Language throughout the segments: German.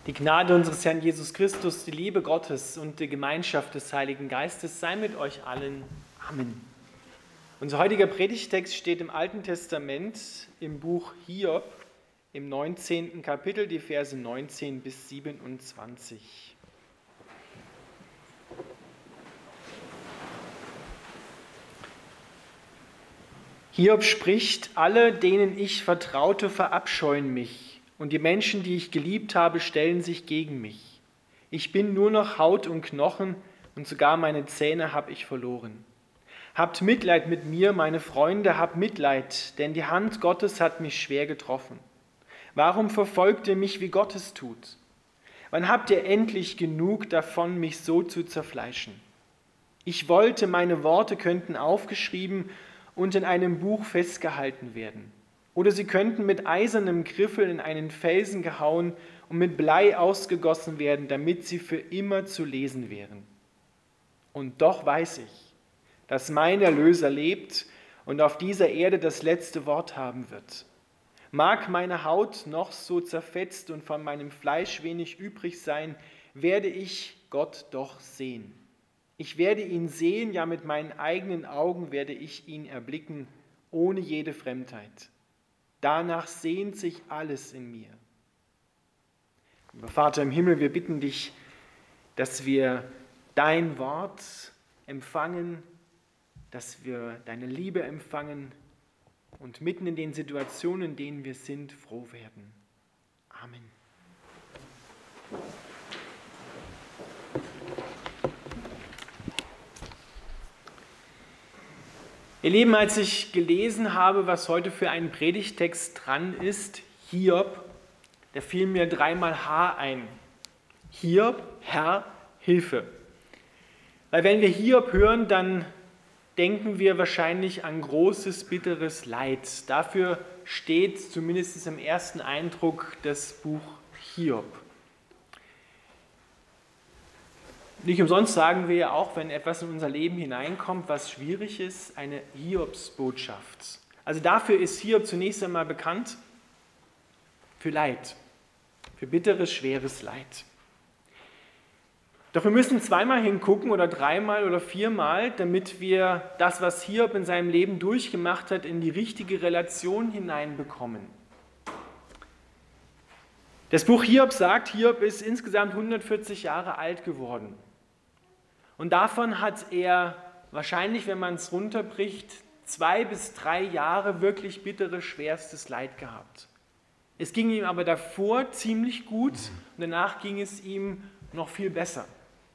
Die Gnade unseres Herrn Jesus Christus, die Liebe Gottes und die Gemeinschaft des Heiligen Geistes sei mit euch allen. Amen. Unser heutiger Predigtext steht im Alten Testament im Buch Hiob im 19. Kapitel, die Verse 19 bis 27. Hiob spricht: Alle, denen ich vertraute, verabscheuen mich. Und die Menschen, die ich geliebt habe, stellen sich gegen mich. Ich bin nur noch Haut und Knochen und sogar meine Zähne habe ich verloren. Habt Mitleid mit mir, meine Freunde, habt Mitleid, denn die Hand Gottes hat mich schwer getroffen. Warum verfolgt ihr mich, wie Gott es tut? Wann habt ihr endlich genug davon, mich so zu zerfleischen? Ich wollte, meine Worte könnten aufgeschrieben und in einem Buch festgehalten werden. Oder sie könnten mit eisernem Griffel in einen Felsen gehauen und mit Blei ausgegossen werden, damit sie für immer zu lesen wären. Und doch weiß ich, dass mein Erlöser lebt und auf dieser Erde das letzte Wort haben wird. Mag meine Haut noch so zerfetzt und von meinem Fleisch wenig übrig sein, werde ich Gott doch sehen. Ich werde ihn sehen, ja mit meinen eigenen Augen werde ich ihn erblicken, ohne jede Fremdheit. Danach sehnt sich alles in mir. Lieber Vater im Himmel, wir bitten dich, dass wir dein Wort empfangen, dass wir deine Liebe empfangen und mitten in den Situationen, in denen wir sind, froh werden. Amen. Ihr Lieben, als ich gelesen habe, was heute für einen Predigtext dran ist, Hiob, da fiel mir dreimal H ein. Hiob, Herr, Hilfe. Weil wenn wir Hiob hören, dann denken wir wahrscheinlich an großes, bitteres Leid. Dafür steht zumindest im ersten Eindruck das Buch Hiob. Nicht umsonst sagen wir ja auch, wenn etwas in unser Leben hineinkommt, was schwierig ist, eine Hiobsbotschaft. Also dafür ist Hiob zunächst einmal bekannt, für Leid, für bitteres, schweres Leid. Doch wir müssen zweimal hingucken oder dreimal oder viermal, damit wir das, was Hiob in seinem Leben durchgemacht hat, in die richtige Relation hineinbekommen. Das Buch Hiob sagt, Hiob ist insgesamt 140 Jahre alt geworden. Und davon hat er wahrscheinlich, wenn man es runterbricht, 2 bis 3 Jahre wirklich bitteres, schwerstes Leid gehabt. Es ging ihm aber davor ziemlich gut und danach ging es ihm noch viel besser.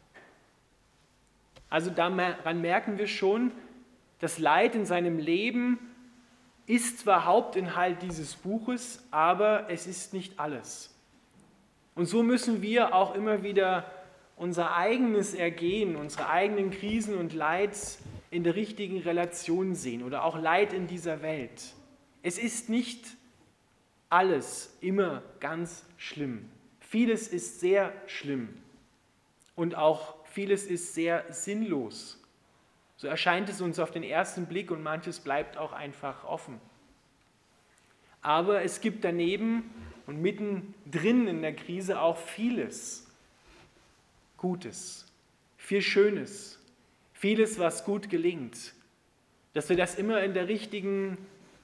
Also daran merken wir schon, das Leid in seinem Leben ist zwar Hauptinhalt dieses Buches, aber es ist nicht alles. Und so müssen wir auch immer wieder unser eigenes Ergehen, unsere eigenen Krisen und Leids in der richtigen Relation sehen oder auch Leid in dieser Welt. Es ist nicht alles immer ganz schlimm. Vieles ist sehr schlimm und auch vieles ist sehr sinnlos. So erscheint es uns auf den ersten Blick und manches bleibt auch einfach offen. Aber es gibt daneben und mittendrin in der Krise auch vieles Gutes, viel Schönes, vieles, was gut gelingt, dass wir das immer in der richtigen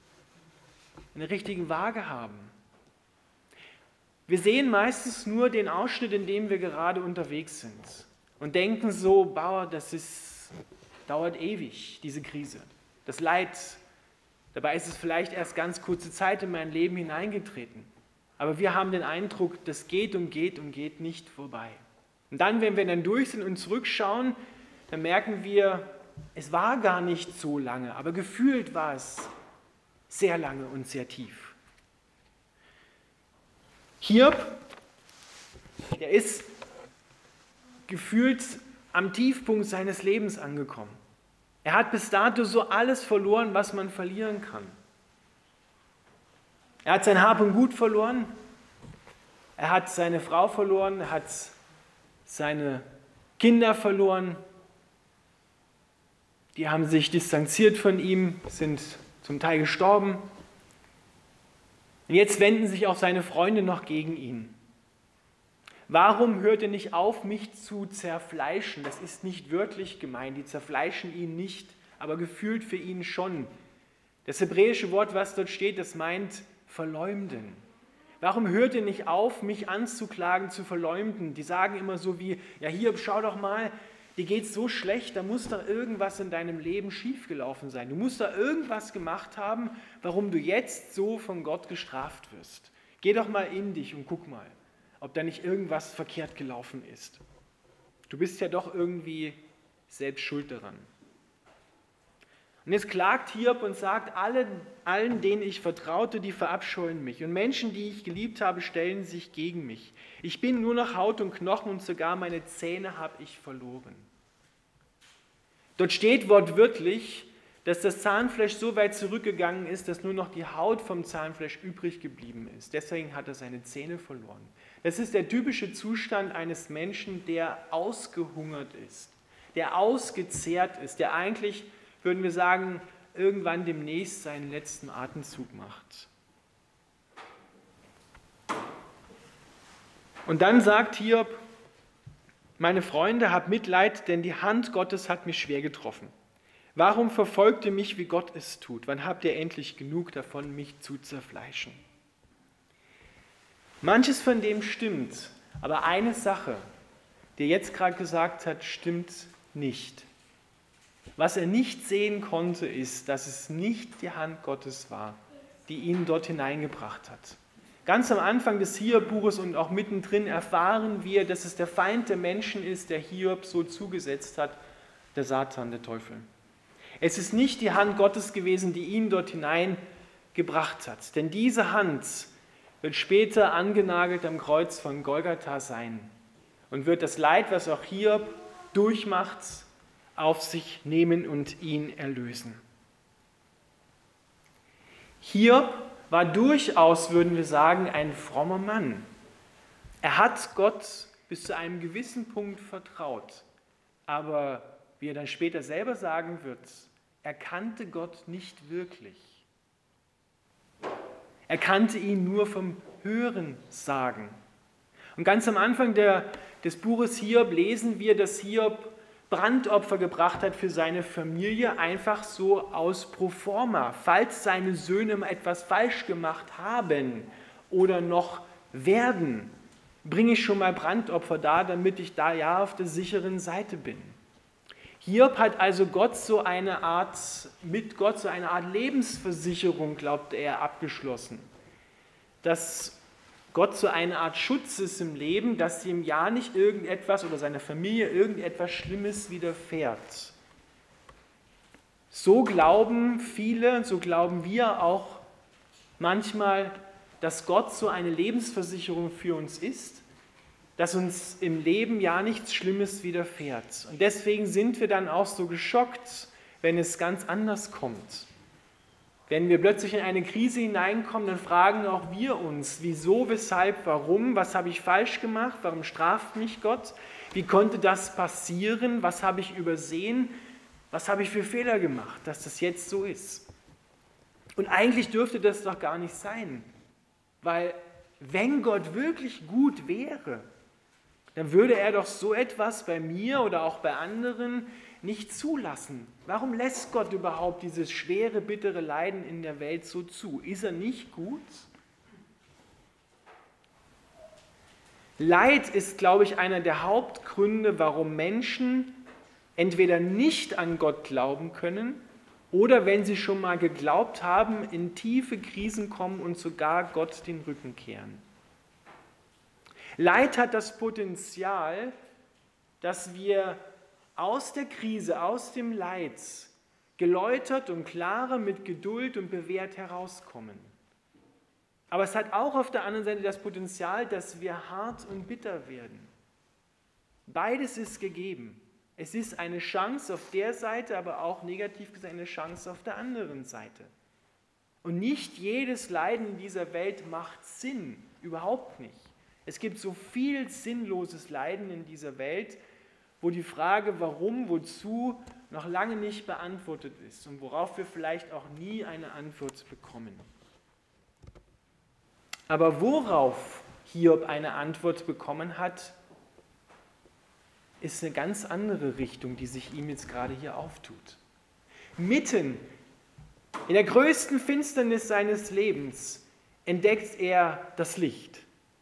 Waage haben. Wir sehen meistens nur den Ausschnitt, in dem wir gerade unterwegs sind und denken so, Bauer, dauert ewig, diese Krise, das Leid. Dabei ist es vielleicht erst ganz kurze Zeit in mein Leben hineingetreten. Aber wir haben den Eindruck, das geht und geht und geht nicht vorbei. Und dann, wenn wir dann durch sind und zurückschauen, dann merken wir, es war gar nicht so lange, aber gefühlt war es sehr lange und sehr tief. Hiob, der ist gefühlt am Tiefpunkt seines Lebens angekommen. Er hat bis dato so alles verloren, was man verlieren kann. Er hat sein Hab und Gut verloren, er hat seine Frau verloren, er hat seine Kinder verloren. Die haben sich distanziert von ihm, sind zum Teil gestorben. Und jetzt wenden sich auch seine Freunde noch gegen ihn. Warum hört ihr nicht auf, mich zu zerfleischen? Das ist nicht wörtlich gemeint, die zerfleischen ihn nicht, aber gefühlt für ihn schon. Das hebräische Wort, was dort steht, das meint verleumden. Warum hört ihr nicht auf, mich anzuklagen, zu verleumden? Die sagen immer so wie, ja Hiob, schau doch mal, dir geht's so schlecht, da muss doch irgendwas in deinem Leben schiefgelaufen sein. Du musst da irgendwas gemacht haben, warum du jetzt so von Gott gestraft wirst. Geh doch mal in dich und guck mal, ob da nicht irgendwas verkehrt gelaufen ist. Du bist ja doch irgendwie selbst schuld daran. Und jetzt klagt Hiob und sagt, allen, denen ich vertraute, die verabscheuen mich. Und Menschen, die ich geliebt habe, stellen sich gegen mich. Ich bin nur noch Haut und Knochen und sogar meine Zähne habe ich verloren. Dort steht wortwörtlich, dass das Zahnfleisch so weit zurückgegangen ist, dass nur noch die Haut vom Zahnfleisch übrig geblieben ist. Deswegen hat er seine Zähne verloren. Das ist der typische Zustand eines Menschen, der ausgehungert ist, der ausgezehrt ist, der eigentlich, würden wir sagen, irgendwann demnächst seinen letzten Atemzug macht. Und dann sagt Hiob, meine Freunde, habt Mitleid, denn die Hand Gottes hat mich schwer getroffen. Warum verfolgt ihr mich, wie Gott es tut? Wann habt ihr endlich genug davon, mich zu zerfleischen? Manches von dem stimmt, aber eine Sache, die er jetzt gerade gesagt hat, stimmt nicht. Was er nicht sehen konnte, ist, dass es nicht die Hand Gottes war, die ihn dort hineingebracht hat. Ganz am Anfang des Hiob-Buches und auch mittendrin erfahren wir, dass es der Feind der Menschen ist, der Hiob so zugesetzt hat, der Satan, der Teufel. Es ist nicht die Hand Gottes gewesen, die ihn dort hineingebracht hat, denn diese Hand wird später angenagelt am Kreuz von Golgatha sein und wird das Leid, was auch Hiob durchmacht, auf sich nehmen und ihn erlösen. Hiob war durchaus, würden wir sagen, ein frommer Mann. Er hat Gott bis zu einem gewissen Punkt vertraut, aber wie er dann später selber sagen wird, er kannte Gott nicht wirklich. Er kannte ihn nur vom Hörensagen. Und ganz am Anfang des Buches Hiob lesen wir, dass Hiob Brandopfer gebracht hat für seine Familie, einfach so aus Proforma. Falls seine Söhne mal etwas falsch gemacht haben oder noch werden, bringe ich schon mal Brandopfer da, damit ich da ja auf der sicheren Seite bin. Hiob hat also mit Gott so eine Art Lebensversicherung, glaubte er, abgeschlossen. Dass Gott so eine Art Schutz ist im Leben, dass ihm ja nicht irgendetwas oder seiner Familie irgendetwas Schlimmes widerfährt. So glauben viele, so glauben wir auch manchmal, dass Gott so eine Lebensversicherung für uns ist, dass uns im Leben ja nichts Schlimmes widerfährt. Und deswegen sind wir dann auch so geschockt, wenn es ganz anders kommt. Wenn wir plötzlich in eine Krise hineinkommen, dann fragen auch wir uns, wieso, weshalb, warum, was habe ich falsch gemacht, warum straft mich Gott, wie konnte das passieren, was habe ich übersehen, was habe ich für Fehler gemacht, dass das jetzt so ist. Und eigentlich dürfte das doch gar nicht sein, weil wenn Gott wirklich gut wäre, dann würde er doch so etwas bei mir oder auch bei anderen nicht zulassen. Warum lässt Gott überhaupt dieses schwere, bittere Leiden in der Welt so zu? Ist er nicht gut? Leid ist, glaube ich, einer der Hauptgründe, warum Menschen entweder nicht an Gott glauben können oder, wenn sie schon mal geglaubt haben, in tiefe Krisen kommen und sogar Gott den Rücken kehren. Leid hat das Potenzial, dass wir aus der Krise, aus dem Leid, geläutert und klarer mit Geduld und bewährt herauskommen. Aber es hat auch auf der anderen Seite das Potenzial, dass wir hart und bitter werden. Beides ist gegeben. Es ist eine Chance auf der Seite, aber auch negativ gesagt eine Chance auf der anderen Seite. Und nicht jedes Leiden in dieser Welt macht Sinn, überhaupt nicht. Es gibt so viel sinnloses Leiden in dieser Welt, wo die Frage, warum, wozu, noch lange nicht beantwortet ist und worauf wir vielleicht auch nie eine Antwort bekommen. Aber worauf Hiob eine Antwort bekommen hat, ist eine ganz andere Richtung, die sich ihm jetzt gerade hier auftut. Mitten in der größten Finsternis seines Lebens entdeckt er das Licht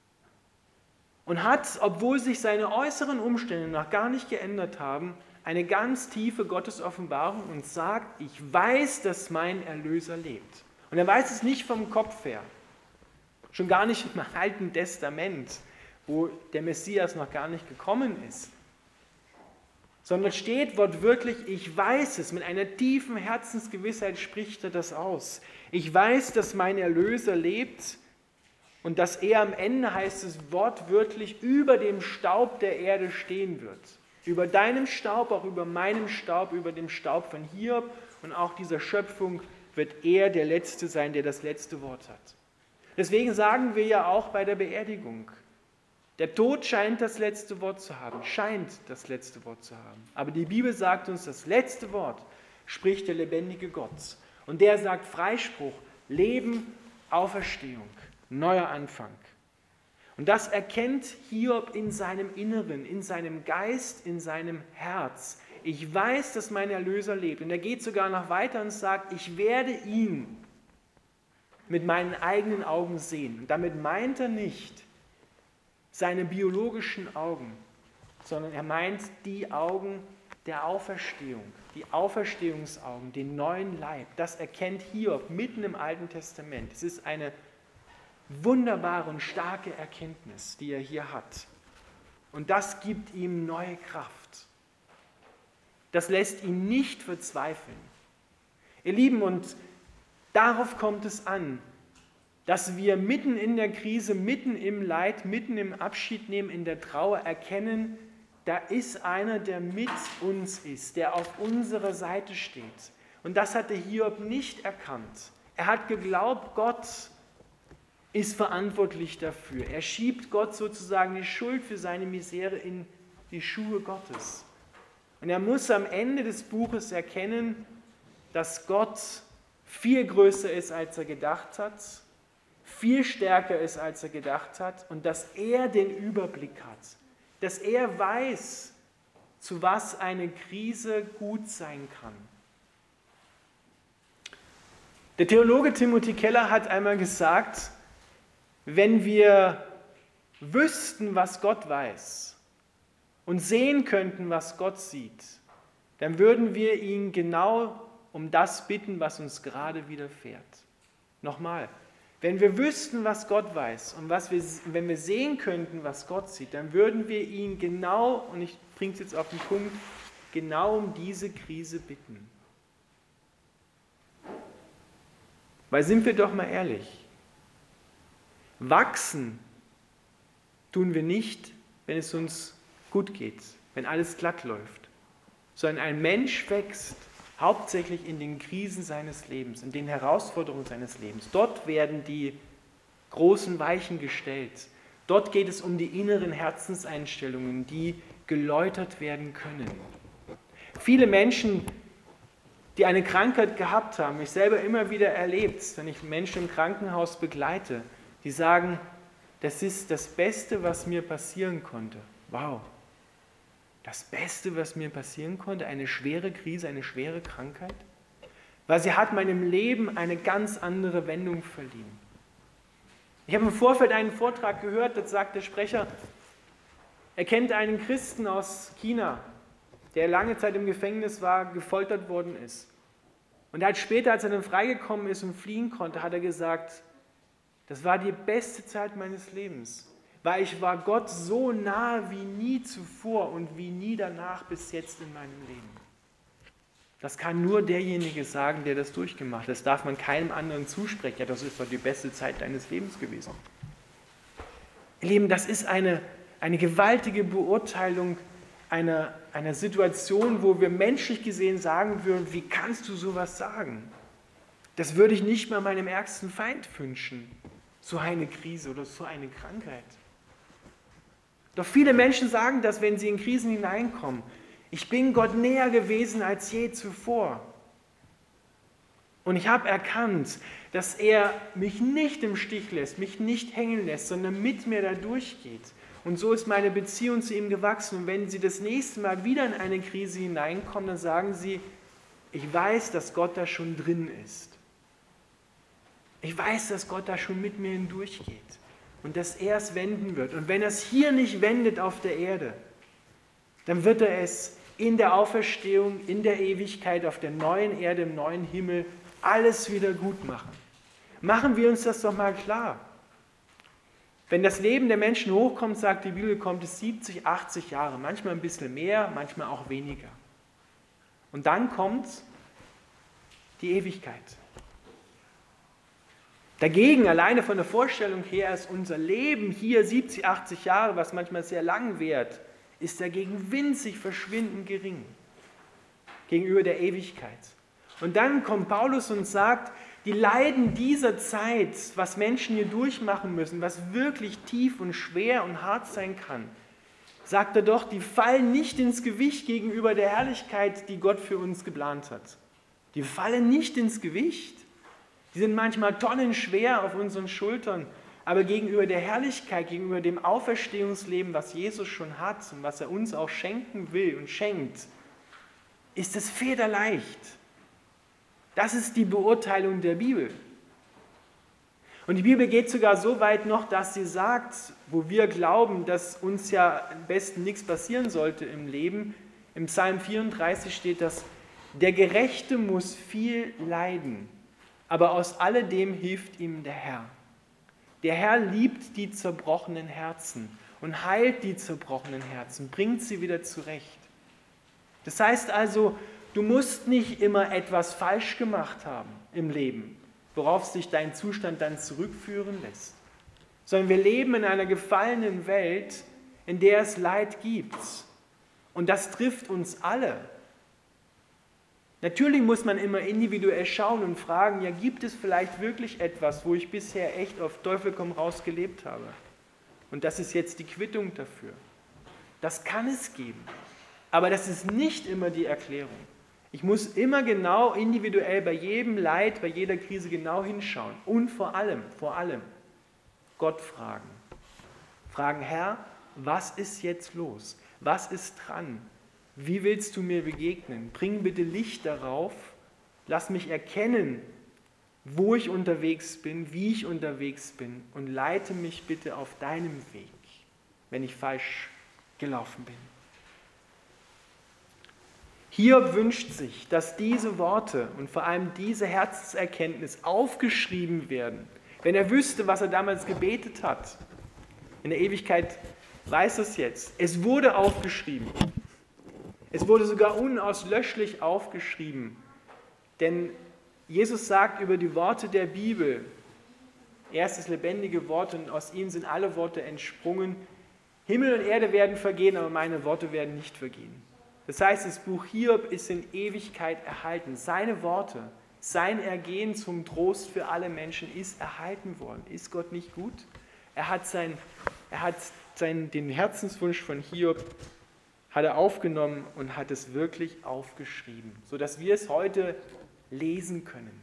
und hat, obwohl sich seine äußeren Umstände noch gar nicht geändert haben, eine ganz tiefe Gottesoffenbarung und sagt, ich weiß, dass mein Erlöser lebt. Und er weiß es nicht vom Kopf her, schon gar nicht im Alten Testament, wo der Messias noch gar nicht gekommen ist, sondern steht wortwörtlich, ich weiß es, mit einer tiefen Herzensgewissheit spricht er das aus. Ich weiß, dass mein Erlöser lebt und dass er am Ende, heißt es wortwörtlich, über dem Staub der Erde stehen wird. Über deinem Staub, auch über meinem Staub, über dem Staub von Hiob und auch dieser Schöpfung wird er der Letzte sein, der das letzte Wort hat. Deswegen sagen wir ja auch bei der Beerdigung, der Tod scheint das letzte Wort zu haben, scheint das letzte Wort zu haben. Aber die Bibel sagt uns, das letzte Wort spricht der lebendige Gott. Und der sagt Freispruch, Leben, Auferstehung, neuer Anfang. Und das erkennt Hiob in seinem Inneren, in seinem Geist, in seinem Herz. Ich weiß, dass mein Erlöser lebt. Und er geht sogar noch weiter und sagt, ich werde ihn mit meinen eigenen Augen sehen. Und damit meint er nicht seine biologischen Augen, sondern er meint die Augen der Auferstehung, die Auferstehungsaugen, den neuen Leib. Das erkennt Hiob mitten im Alten Testament. Es ist eine wunderbare und starke Erkenntnis, die er hier hat. Und das gibt ihm neue Kraft. Das lässt ihn nicht verzweifeln. Ihr Lieben, und darauf kommt es an, dass wir mitten in der Krise, mitten im Leid, mitten im Abschied nehmen, in der Trauer erkennen, da ist einer, der mit uns ist, der auf unserer Seite steht. Und das hatte Hiob nicht erkannt. Er hat geglaubt, Gott ist verantwortlich dafür. Er schiebt Gott sozusagen die Schuld für seine Misere in die Schuhe Gottes. Und er muss am Ende des Buches erkennen, dass Gott viel größer ist, als er gedacht hat, viel stärker ist, als er gedacht hat und dass er den Überblick hat, dass er weiß, zu was eine Krise gut sein kann. Der Theologe Timothy Keller hat einmal gesagt, wenn wir wüssten, was Gott weiß und sehen könnten, was Gott sieht, dann würden wir ihn genau um das bitten, was uns gerade widerfährt. Nochmal, wenn wir wüssten, was Gott weiß und wenn wir sehen könnten, was Gott sieht, dann würden wir ihn genau, und ich bringe es jetzt auf den Punkt, genau um diese Krise bitten. Weil sind wir doch mal ehrlich, wachsen tun wir nicht, wenn es uns gut geht, wenn alles glatt läuft, sondern ein Mensch wächst hauptsächlich in den Krisen seines Lebens, in den Herausforderungen seines Lebens. Dort werden die großen Weichen gestellt. Dort geht es um die inneren Herzenseinstellungen, die geläutert werden können. Viele Menschen, die eine Krankheit gehabt haben, ich selber immer wieder erlebt, wenn ich Menschen im Krankenhaus begleite, die sagen, das ist das Beste, was mir passieren konnte. Wow, das Beste, was mir passieren konnte, eine schwere Krise, eine schwere Krankheit, weil sie hat meinem Leben eine ganz andere Wendung verliehen. Ich habe im Vorfeld einen Vortrag gehört, da sagt der Sprecher, er kennt einen Christen aus China, der lange Zeit im Gefängnis war, gefoltert worden ist. Und er hat später, als er dann freigekommen ist und fliehen konnte, hat er gesagt, das war die beste Zeit meines Lebens, weil ich war Gott so nahe wie nie zuvor und wie nie danach bis jetzt in meinem Leben. Das kann nur derjenige sagen, der das durchgemacht hat. Das darf man keinem anderen zusprechen. Ja, das ist doch die beste Zeit deines Lebens gewesen. Ihr Lieben, das ist eine gewaltige Beurteilung einer Situation, wo wir menschlich gesehen sagen würden, wie kannst du sowas sagen? Das würde ich nicht mal meinem ärgsten Feind wünschen, so eine Krise oder so eine Krankheit. Doch viele Menschen sagen das, wenn sie in Krisen hineinkommen. Ich bin Gott näher gewesen als je zuvor. Und ich habe erkannt, dass er mich nicht im Stich lässt, mich nicht hängen lässt, sondern mit mir da durchgeht. Und so ist meine Beziehung zu ihm gewachsen. Und wenn Sie das nächste Mal wieder in eine Krise hineinkommen, dann sagen Sie, ich weiß, dass Gott da schon drin ist. Ich weiß, dass Gott da schon mit mir hindurchgeht und dass er es wenden wird. Und wenn er es hier nicht wendet auf der Erde, dann wird er es in der Auferstehung, in der Ewigkeit, auf der neuen Erde, im neuen Himmel alles wieder gut machen. Machen wir uns das doch mal klar. Wenn das Leben der Menschen hochkommt, sagt die Bibel, kommt es 70, 80 Jahre, manchmal ein bisschen mehr, manchmal auch weniger. Und dann kommt die Ewigkeit. Dagegen, alleine von der Vorstellung her, ist unser Leben hier 70, 80 Jahre, was manchmal sehr lang währt, ist dagegen winzig verschwindend gering gegenüber der Ewigkeit. Und dann kommt Paulus und sagt, die Leiden dieser Zeit, was Menschen hier durchmachen müssen, was wirklich tief und schwer und hart sein kann, sagt er doch, die fallen nicht ins Gewicht gegenüber der Herrlichkeit, die Gott für uns geplant hat. Die fallen nicht ins Gewicht. Die sind manchmal tonnenschwer auf unseren Schultern, aber gegenüber der Herrlichkeit, gegenüber dem Auferstehungsleben, was Jesus schon hat und was er uns auch schenken will und schenkt, ist es federleicht. Das ist die Beurteilung der Bibel. Und die Bibel geht sogar so weit noch, dass sie sagt, wo wir glauben, dass uns ja am besten nichts passieren sollte im Leben, im Psalm 34 steht das, der Gerechte muss viel leiden, aber aus alledem hilft ihm der Herr. Der Herr liebt die zerbrochenen Herzen und heilt die zerbrochenen Herzen, bringt sie wieder zurecht. Das heißt also, du musst nicht immer etwas falsch gemacht haben im Leben, worauf sich dein Zustand dann zurückführen lässt, sondern wir leben in einer gefallenen Welt, in der es Leid gibt. Und das trifft uns alle. Natürlich muss man immer individuell schauen und fragen, ja, gibt es vielleicht wirklich etwas, wo ich bisher echt auf Teufel komm raus gelebt habe? Und das ist jetzt die Quittung dafür. Das kann es geben, aber das ist nicht immer die Erklärung. Ich muss immer genau individuell bei jedem Leid, bei jeder Krise genau hinschauen und vor allem Gott fragen. Fragen, Herr, was ist jetzt los? Was ist dran? Wie willst du mir begegnen? Bring bitte Licht darauf. Lass mich erkennen, wo ich unterwegs bin, wie ich unterwegs bin und leite mich bitte auf deinem Weg, wenn ich falsch gelaufen bin. Hiob wünscht sich, dass diese Worte und vor allem diese Herzenserkenntnis aufgeschrieben werden. Wenn er wüsste, was er damals gebetet hat, in der Ewigkeit weiß er es jetzt. Es wurde aufgeschrieben. Es wurde sogar unauslöschlich aufgeschrieben. Denn Jesus sagt über die Worte der Bibel, er ist das lebendige Wort und aus ihm sind alle Worte entsprungen. Himmel und Erde werden vergehen, aber meine Worte werden nicht vergehen. Das heißt, das Buch Hiob ist in Ewigkeit erhalten. Seine Worte, sein Ergehen zum Trost für alle Menschen ist erhalten worden. Ist Gott nicht gut? Er hat den Herzenswunsch von Hiob hat er aufgenommen und hat es wirklich aufgeschrieben, sodass wir es heute lesen können.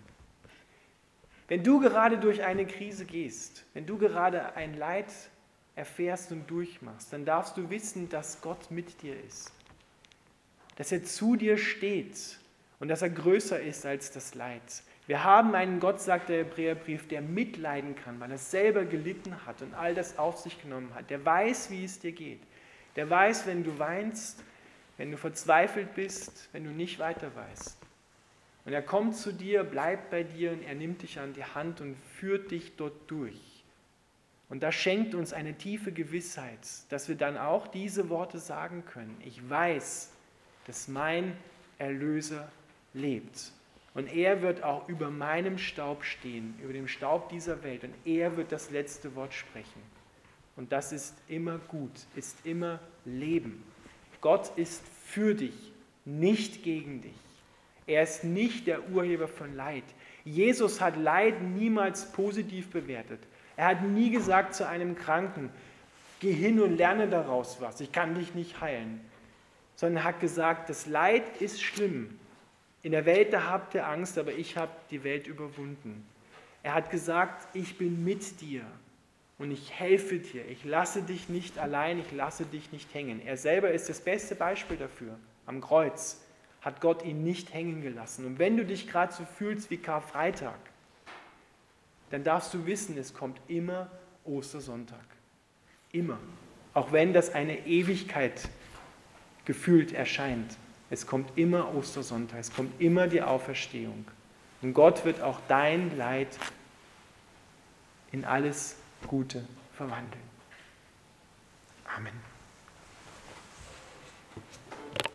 Wenn du gerade durch eine Krise gehst, wenn du gerade ein Leid erfährst und durchmachst, dann darfst du wissen, dass Gott mit dir ist. Dass er zu dir steht und dass er größer ist als das Leid. Wir haben einen Gott, sagt der Hebräerbrief, der mitleiden kann, weil er selber gelitten hat und all das auf sich genommen hat. Der weiß, wie es dir geht. Der weiß, wenn du weinst, wenn du verzweifelt bist, wenn du nicht weiter weißt. Und er kommt zu dir, bleibt bei dir und er nimmt dich an die Hand und führt dich dort durch. Und das schenkt uns eine tiefe Gewissheit, dass wir dann auch diese Worte sagen können. Ich weiß, dass mein Erlöser lebt. Und er wird auch über meinem Staub stehen, über dem Staub dieser Welt. Und er wird das letzte Wort sprechen. Und das ist immer gut, ist immer Leben. Gott ist für dich, nicht gegen dich. Er ist nicht der Urheber von Leid. Jesus hat Leid niemals positiv bewertet. Er hat nie gesagt zu einem Kranken, geh hin und lerne daraus was, ich kann dich nicht heilen. Sondern hat gesagt, das Leid ist schlimm, In der Welt, da habt ihr Angst, aber ich habe die Welt überwunden. Er hat gesagt, ich bin mit dir und ich helfe dir. Ich lasse dich nicht allein, ich lasse dich nicht hängen. Er selber ist das beste Beispiel dafür. Am Kreuz hat Gott ihn nicht hängen gelassen. Und wenn du dich gerade so fühlst wie Karfreitag, dann darfst du wissen, es kommt immer Ostersonntag. Immer. Auch wenn das eine Ewigkeit gefühlt erscheint. Es kommt immer Ostersonntag, es kommt immer die Auferstehung. Und Gott wird auch dein Leid in alles Gute verwandeln. Amen.